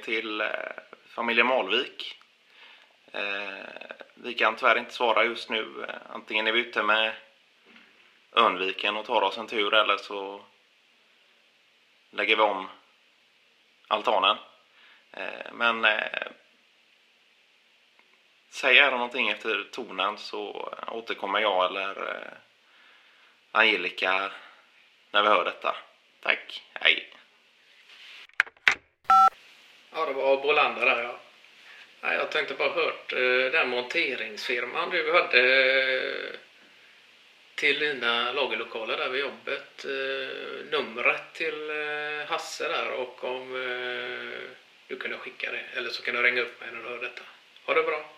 till familjen Malvik. Vi kan tyvärr inte svara just nu. Antingen är vi ute med Örnviken och tar oss en tur, eller så lägger vi om altanen. Men säg er någonting efter tonen, så återkommer jag eller Angelica när vi hör detta. Tack, hej. Ja, det var Bolander där, ja. Nej, jag tänkte bara hört den monteringsfirman du hade till dina lagerlokaler där vid jobbet. Numret till Hasse där, och om du kunde skicka det. Eller så kan du ringa upp mig när du hör detta. Ha det bra.